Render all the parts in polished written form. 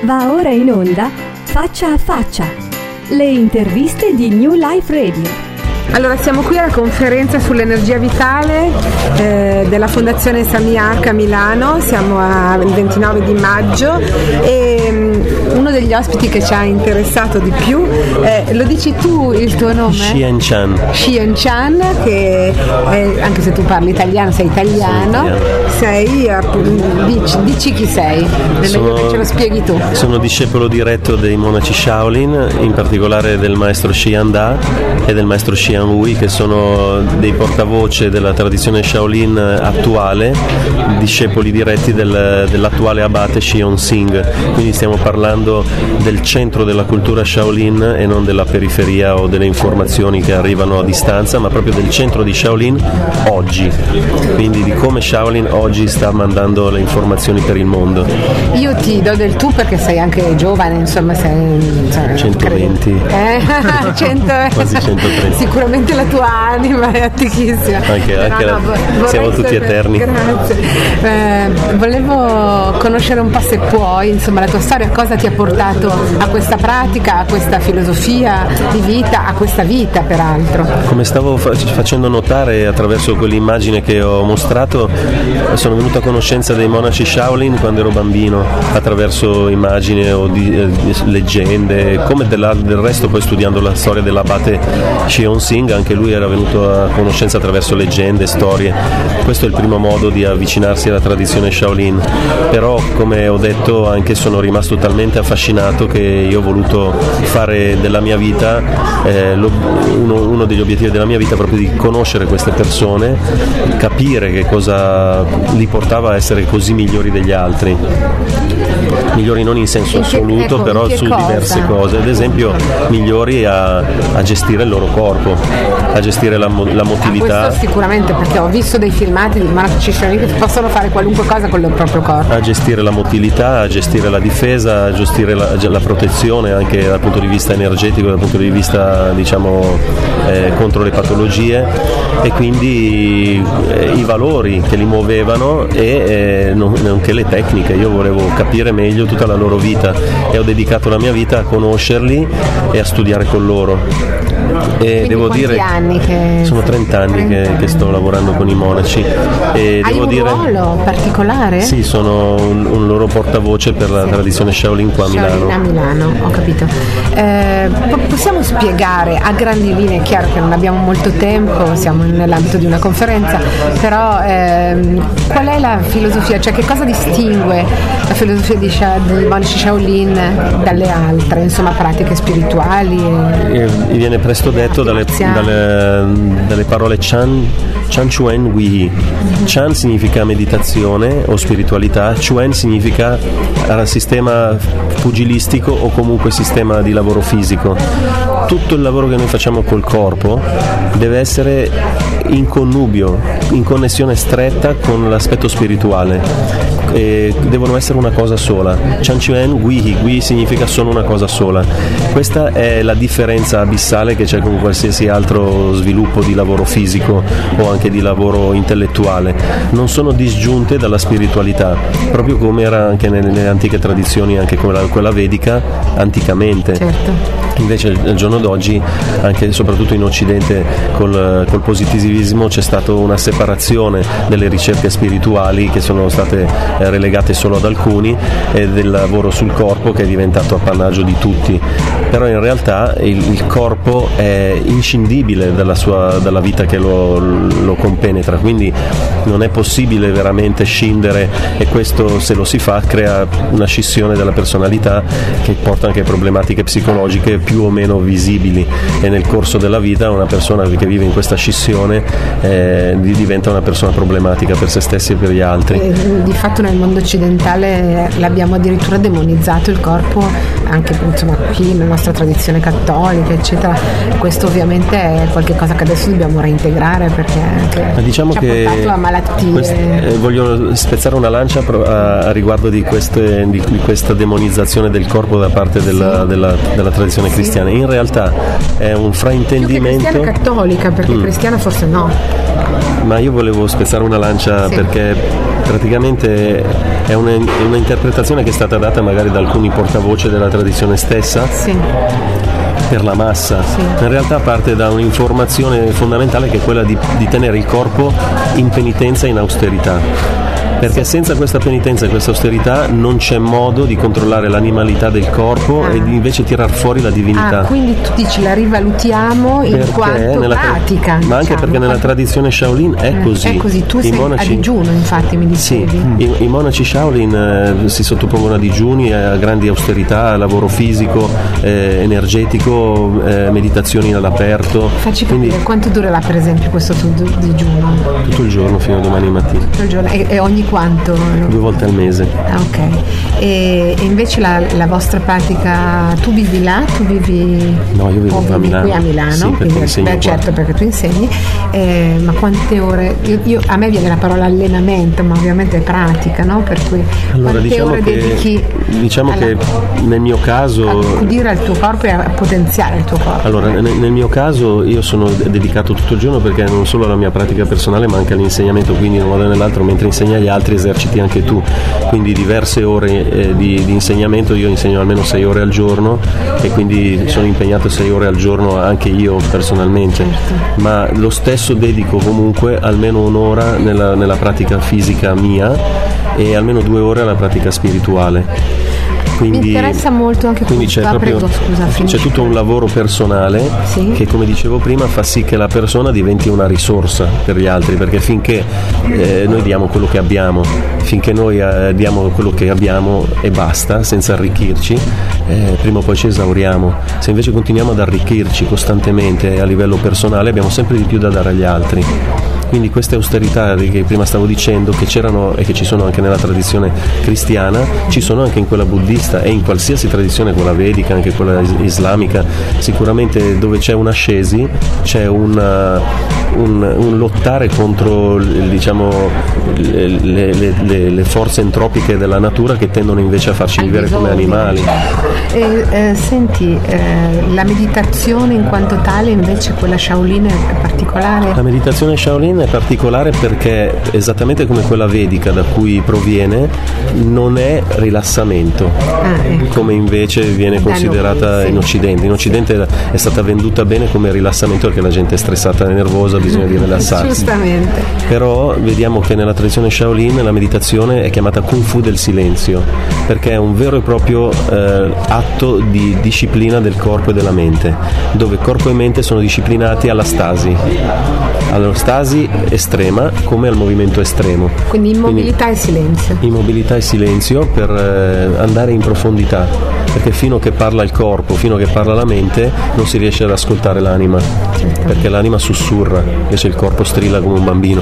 Va ora in onda Faccia a Faccia, le interviste di New Life Radio. Allora, siamo qui alla conferenza sull'energia vitale della Fondazione Sami Arca a Milano, siamo il 29 di maggio e uno degli ospiti che ci ha interessato di più, lo dici tu il tuo nome? Xian Chan. Xian Chan, che anche se tu parli italiano, sei italiano, dici chi sei, è meglio che ce lo spieghi tu. Sono discepolo diretto dei monaci Shaolin, in particolare del maestro Xian Da e del maestro Xian Wei, che sono dei portavoce della tradizione Shaolin attuale, discepoli diretti dell'attuale abate Xian Sing. Quindi stiamo parlando del centro della cultura Shaolin e non della periferia o delle informazioni che arrivano a distanza, ma proprio del centro di Shaolin oggi, quindi di come Shaolin oggi sta mandando le informazioni per il mondo. Io ti do del tu perché sei anche giovane, insomma, sei 120 quasi 130. Sicuramente la tua anima è antichissima. Siamo tutti eterni. Grazie. Volevo conoscere un po', se puoi, insomma, la tua storia, cosa ti ha portato a questa pratica, a questa filosofia di vita, a questa vita peraltro. Come stavo facendo notare attraverso quell'immagine che ho mostrato, sono venuto a conoscenza dei monaci Shaolin quando ero bambino, attraverso immagini o leggende, come del resto poi studiando la storia dell'abate Xian Sing, anche lui era venuto a conoscenza attraverso leggende, storie. Questo è il primo modo di avvicinarsi alla tradizione Shaolin, però come ho detto anche sono rimasto talmente affascinato che io ho voluto fare della mia vita uno degli obiettivi della mia vita proprio di conoscere queste persone, capire che cosa li portava a essere così migliori degli altri, migliori non in senso assoluto, però su diverse cose, ad esempio migliori a gestire il loro corpo, a gestire la motilità. Questo sicuramente, perché ho visto dei filmati di monaci Shaolin che possono fare qualunque cosa con il proprio corpo. A gestire la motilità, a gestire la difesa, a gestire la protezione anche dal punto di vista energetico, dal punto di vista contro le patologie, e quindi i valori che li muovevano e nonché le tecniche. Io volevo capire meglio tutta la loro vita e ho dedicato la mia vita a conoscerli e a studiare con loro. E devo dire anni che sono 30 anni che sto lavorando con i monaci. E hai devo un dire, ruolo particolare? Sì, sono un loro portavoce per la tradizione Shaolin qua a Milano. A Milano, ho capito. Possiamo spiegare a grandi linee, è chiaro che non abbiamo molto tempo, siamo nell'ambito di una conferenza, però qual è la filosofia, cioè che cosa distingue la filosofia dei monaci Shaolin dalle altre, insomma, pratiche spirituali? Viene presto detto dalle parole Chan Chuen Wei. Chan significa meditazione o spiritualità, Chuen significa sistema pugilistico o comunque sistema di lavoro fisico. Tutto il lavoro che noi facciamo col corpo deve essere in connubio, in connessione stretta con l'aspetto spirituale. E devono essere una cosa sola. Chan Chuen Wei significa solo una cosa sola. Questa è la differenza abissale che c'è con qualsiasi altro sviluppo di lavoro fisico o anche di lavoro intellettuale. Non sono disgiunte dalla spiritualità, proprio come era anche nelle antiche tradizioni, anche quella vedica anticamente. Certo. Invece al giorno d'oggi, anche e soprattutto in Occidente, col positivismo c'è stata una separazione delle ricerche spirituali che sono state relegate solo ad alcuni e del lavoro sul corpo che è diventato appannaggio di tutti. Però in realtà il corpo è inscindibile dalla vita che lo compenetra, quindi non è possibile veramente scindere, e questo, se lo si fa, crea una scissione della personalità che porta anche a problematiche psicologiche più o meno visibili, e nel corso della vita una persona che vive in questa scissione diventa una persona problematica per se stessi e per gli altri. Di fatto nel mondo occidentale l'abbiamo addirittura demonizzato il corpo, anche insomma qui nel nostro nostra tradizione cattolica, eccetera. Questo ovviamente è qualcosa che adesso dobbiamo reintegrare, perché diciamo ci ha che portato a malattie. voglio spezzare una lancia a riguardo di questa demonizzazione del corpo da parte della tradizione cristiana. In realtà è un fraintendimento. Più che cristiana cattolica, perché cristiana forse no. Ma io volevo spezzare una lancia perché praticamente è una interpretazione che è stata data magari da alcuni portavoce della tradizione stessa per la massa. In realtà parte da un'informazione fondamentale che è quella di tenere il corpo in penitenza e in austerità. Perché senza questa penitenza e questa austerità non c'è modo di controllare l'animalità del corpo e di invece tirar fuori la divinità. Quindi tu dici la rivalutiamo in quanto pratica. Ma anche perché nella tradizione Shaolin è così. È così, tu sei a digiuno, infatti mi dicevi. Sì, i monaci Shaolin si sottopongono a digiuni, a grandi austerità, a lavoro fisico, energetico, meditazioni all'aperto. Facci capire, quanto durerà per esempio questo digiuno? Tutto il giorno fino a domani mattina. Tutto il giorno. E ogni quanto? 2 volte al mese. Ok. E invece la vostra pratica, tu vivi là? Tu vivi? No, io vivo a Milano. Qui a Milano, sì, quindi, certo, perché tu insegni. Ma quante ore? A me viene la parola allenamento, ma ovviamente è pratica, no? Per cui quante ore dedichi? Diciamo che nel mio caso a accudire al tuo corpo e a potenziare il tuo corpo. Allora, nel mio caso io sono dedicato tutto il giorno, perché non solo alla mia pratica personale ma anche all'insegnamento, quindi in un modo o nell'altro mentre insegni agli altri eserciti anche tu, quindi diverse ore di insegnamento. Io insegno almeno 6 ore al giorno e quindi sono impegnato 6 ore al giorno anche io personalmente, ma lo stesso dedico comunque almeno un'ora nella pratica fisica mia e almeno 2 ore alla pratica spirituale. Quindi, mi interessa molto anche c'è tutto un lavoro personale che, come dicevo prima, fa sì che la persona diventi una risorsa per gli altri, perché finché noi diamo quello che abbiamo, finché noi diamo quello che abbiamo e basta, senza arricchirci, prima o poi ci esauriamo. Se invece continuiamo ad arricchirci costantemente a livello personale, abbiamo sempre di più da dare agli altri. Quindi queste austerità che prima stavo dicendo, che c'erano e che ci sono anche nella tradizione cristiana, ci sono anche in quella buddista e in qualsiasi tradizione, quella vedica, anche quella islamica. Sicuramente dove c'è un'ascesi c'è un lottare contro, diciamo, le forze entropiche della natura che tendono invece a farci vivere come animali. Senti, la meditazione in quanto tale invece, quella Shaolin, è particolare? La meditazione Shaolin è particolare perché, esattamente come quella vedica da cui proviene, non è rilassamento, come invece viene considerata in Occidente. In Occidente è stata venduta bene come rilassamento perché la gente è stressata e nervosa, ha bisogno di rilassarsi. Giustamente. Però vediamo che nella tradizione Shaolin la meditazione è chiamata Kung Fu del silenzio, perché è un vero e proprio atto di disciplina del corpo e della mente, dove corpo e mente sono disciplinati alla stasi estrema come al movimento estremo. Quindi immobilità e silenzio. Immobilità e silenzio per andare in profondità, perché fino che parla il corpo, fino che parla la mente, non si riesce ad ascoltare l'anima, perché l'anima sussurra, invece il corpo strilla come un bambino.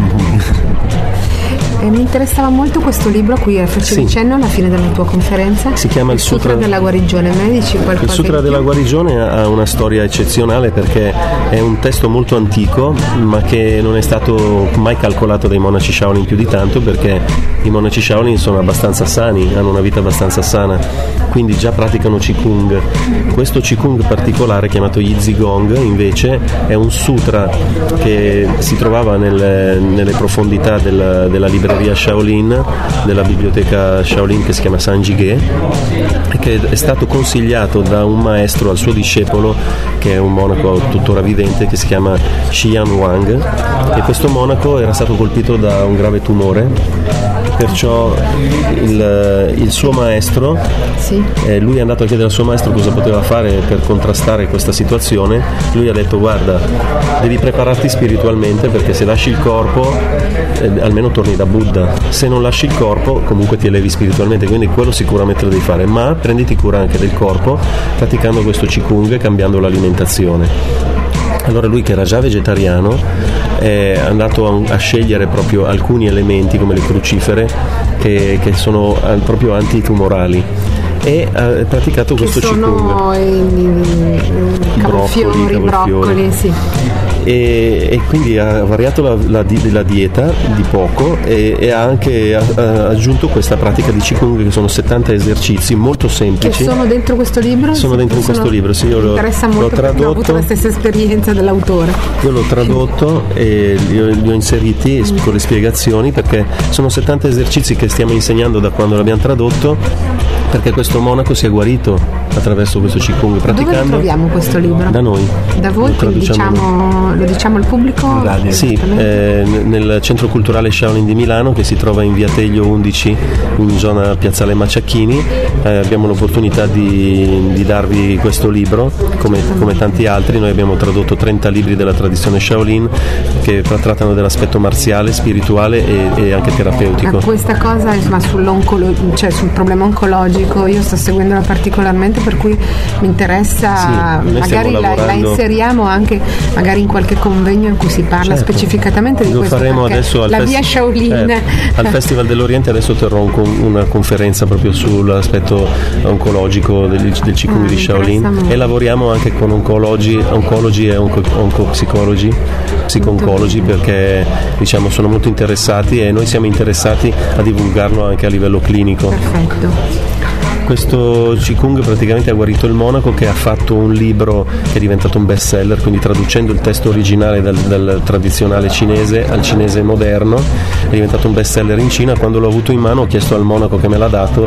Mi interessava molto questo libro a cui facevi cenno alla fine della tua conferenza. Si chiama il Sutra della guarigione. Me ne dici qualcosa? Il Sutra della guarigione ha una storia eccezionale, perché è un testo molto antico, ma che non è stato mai calcolato dai monaci Shaolin più di tanto, perché i monaci Shaolin sono abbastanza sani, hanno una vita abbastanza sana, quindi già praticano Qigong. Questo Qigong particolare, chiamato Yi Zigong, invece è un sutra che si trovava nelle profondità della libreria Shaolin, della biblioteca Shaolin, che si chiama Sanjige, e che è stato consigliato da un maestro al suo discepolo, che è un monaco tuttora vivente, che si chiama Xian Wang, e questo monaco era stato colpito da un grave tumore, perciò il suo maestro, lui è andato a chiedere al suo maestro cosa poteva fare per contrastare questa situazione. Lui ha detto: guarda, devi prepararti spiritualmente, perché se lasci il corpo almeno torni da Buddha, se non lasci il corpo comunque ti elevi spiritualmente, quindi quello sicuramente lo devi fare, ma prenditi cura anche del corpo praticando questo Qigong, cambiando l'alimentazione. Allora lui, che era già vegetariano, è andato a scegliere proprio alcuni elementi come le crucifere che sono proprio antitumorali, e ha praticato questo sono cavolfiori, broccoli, sì. E quindi ha variato la dieta di poco e ha anche aggiunto questa pratica di Qigong, che sono 70 esercizi molto semplici. Che sono dentro questo libro? Sono dentro questo libro, sì. Io mi interessa molto, l'ho tradotto, ho avuto la stessa esperienza dell'autore. Io l'ho tradotto e li ho inseriti con le spiegazioni, perché sono 70 esercizi che stiamo insegnando da quando l'abbiamo tradotto, perché questo monaco si è guarito attraverso questo Qigong praticando. Dove troviamo questo libro? Da noi. Da voi, quindi lo diciamo al pubblico? Sì, nel Centro Culturale Shaolin di Milano, che si trova in via Teglio 11 in zona Piazzale Maciacchini. Abbiamo l'opportunità di darvi questo libro come tanti altri. Noi abbiamo tradotto 30 libri della tradizione Shaolin che trattano dell'aspetto marziale, spirituale e anche terapeutico. Questa cosa, insomma, sul problema oncologico io sto seguendola particolarmente, per cui mi interessa, sì, magari la inseriamo anche magari in qualche convegno in cui si parla specificamente di questo. Lo faremo adesso la via Shaolin. Al Festival dell'Oriente adesso terrò una conferenza proprio sull'aspetto oncologico del Qigong di Shaolin, e lavoriamo anche con oncologi e psico-oncologi, perché diciamo sono molto interessati e noi siamo interessati a divulgarlo anche a livello clinico. Perfetto. Questo Qigong praticamente ha guarito il monaco, che ha fatto un libro che è diventato un best seller, quindi traducendo il testo originale dal tradizionale cinese al cinese moderno, è diventato un best seller in Cina. Quando l'ho avuto in mano ho chiesto al monaco che me l'ha dato,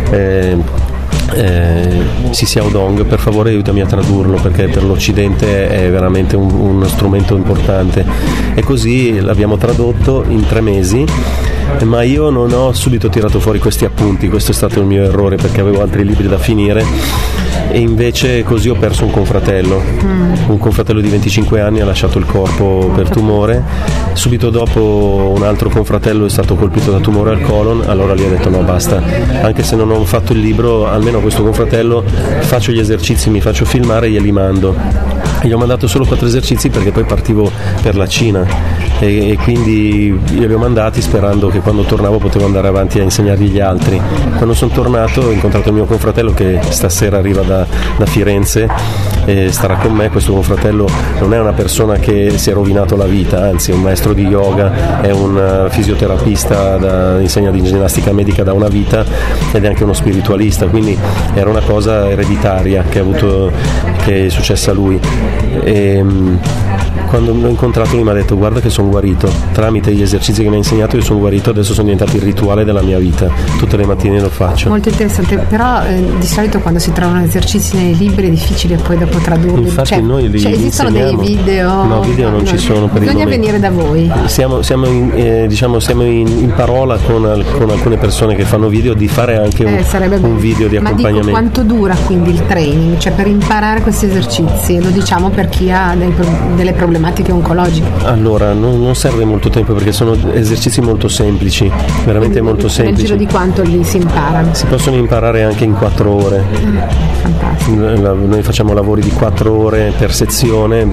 Xi Xiaodong, per favore aiutami a tradurlo, perché per l'Occidente è veramente uno strumento importante, e così l'abbiamo tradotto in 3 mesi. Ma io non ho subito tirato fuori questi appunti, questo è stato il mio errore, perché avevo altri libri da finire, e invece così ho perso un confratello di 25 anni, ha lasciato il corpo per tumore. Subito dopo un altro confratello è stato colpito da tumore al colon, allora lì ho detto no, basta, anche se non ho fatto il libro, almeno a questo confratello faccio gli esercizi, mi faccio filmare e glieli mando. Gli ho mandato solo 4 esercizi perché poi partivo per la Cina, e quindi glieli ho mandati sperando che quando tornavo potevo andare avanti a insegnargli gli altri. Quando sono tornato ho incontrato il mio confratello, che stasera arriva da Firenze e starà con me. Questo confratello non è una persona che si è rovinato la vita, anzi è un maestro di yoga, è un fisioterapista, insegna di ginnastica medica da una vita, ed è anche uno spiritualista, quindi era una cosa ereditaria che è successa a lui. E quando l'ho incontrato lui mi ha detto: guarda che sono guarito, tramite gli esercizi che mi ha insegnato io sono guarito, adesso sono diventati il rituale della mia vita, tutte le mattine lo faccio. Molto interessante, però di solito quando si trovano esercizi nei libri è difficile poi dopo tradurli. Infatti noi li esistono dei video? No, video non ci sono per il momento. Bisogna venire da voi. Siamo in parola con alcune persone che fanno video, di fare anche un video di accompagnamento. Ma dico, quanto dura quindi il training, cioè per imparare questi esercizi? Lo diciamo per chi ha delle problematiche oncologiche. Allora, non serve molto tempo, perché sono esercizi molto semplici, veramente molto semplici. Nel giro di quanto li si imparano? Si possono imparare anche in 4 ore. Fantastico. Noi facciamo lavori di 4 ore per sezione,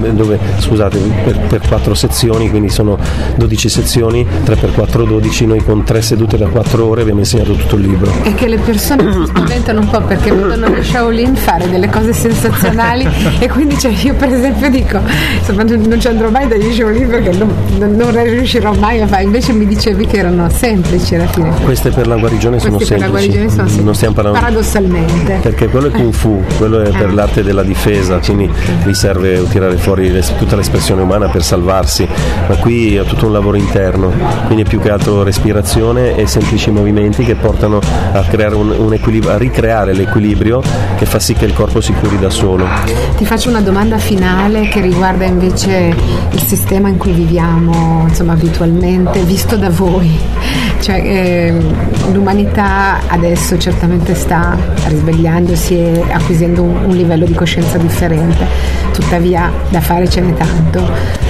per 4 sezioni, quindi sono 12 sezioni, 3x4 12, noi con 3 sedute da 4 ore abbiamo insegnato tutto il libro. E che le persone si spaventano un po' perché vedono gli Shaolin fare delle cose sensazionali e quindi io per esempio dico, insomma, non ci andrò mai dagli Shaolin perché non riuscirò mai a fare. Invece mi dicevi che erano semplici alla fine. Queste per la guarigione sono semplici. Non stiamo parlando, paradossalmente, perché quello è Kung Fu, quello è per l'arte della difesa, quindi lì serve tirare fuori tutta l'espressione umana per salvarsi, ma qui è tutto un lavoro interno, quindi è più che altro respirazione e semplici movimenti che portano a creare un equilibrio, a ricreare l'equilibrio che fa sì che il corpo si curi da solo. Ti faccio una domanda finale che riguarda invece il sistema in cui viviamo, insomma, abitualmente, visto da voi. Cioè, l'umanità adesso certamente sta risvegliandosi e acquisendo un livello di coscienza differente, tuttavia da fare ce n'è tanto.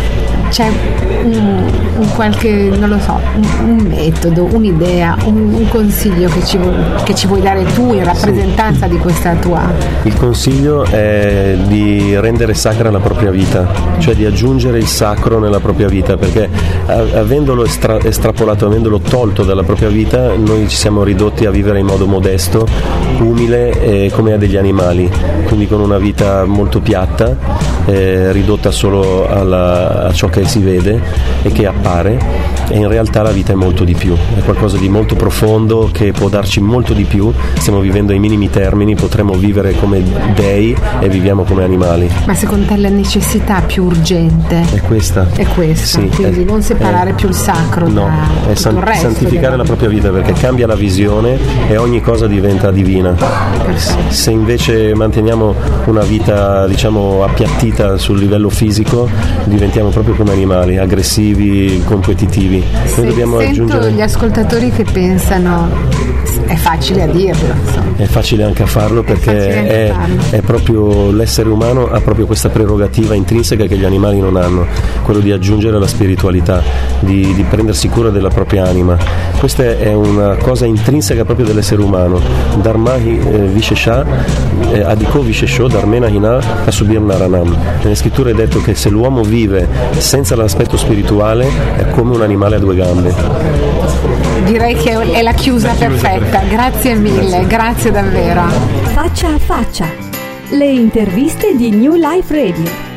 c'è un qualche, non lo so, un metodo, un'idea, un consiglio che ci vuoi dare tu in rappresentanza di questa tua? Il consiglio è di rendere sacra la propria vita, cioè di aggiungere il sacro nella propria vita, perché avendolo estrapolato, avendolo tolto dalla propria vita, noi ci siamo ridotti a vivere in modo modesto, umile, come a degli animali, quindi con una vita molto piatta, ridotta solo a ciò che si vede e che appare, e in realtà la vita è molto di più, è qualcosa di molto profondo che può darci molto di più. Stiamo vivendo ai minimi termini, potremmo vivere come dei e viviamo come animali. Ma secondo te la necessità più urgente è questa? È questa, sì, quindi non separare più il sacro no, da è tutto il resto santificare la propria vita, perché cambia la visione e ogni cosa diventa divina. Perfetto. Se invece manteniamo una vita, diciamo, appiattita sul livello fisico, diventiamo proprio come animali, aggressivi, competitivi. Noi dobbiamo aggiungere. Gli ascoltatori che pensano è facile a dirlo, insomma. È facile anche a farlo, perché è proprio l'essere umano ha proprio questa prerogativa intrinseca che gli animali non hanno, quello di aggiungere la spiritualità, di prendersi cura della propria anima. Questa è una cosa intrinseca proprio dell'essere umano. Dharmahi Vishesha Adiko Vishesho Dharmena Hina Kasubir Naranam. Nelle scritture è detto che se l'uomo vive senza l'aspetto spirituale è come un animale a due gambe. Direi che è la chiusa perfetta. Grazie mille, grazie davvero. Faccia a faccia. Le interviste di New Life Radio.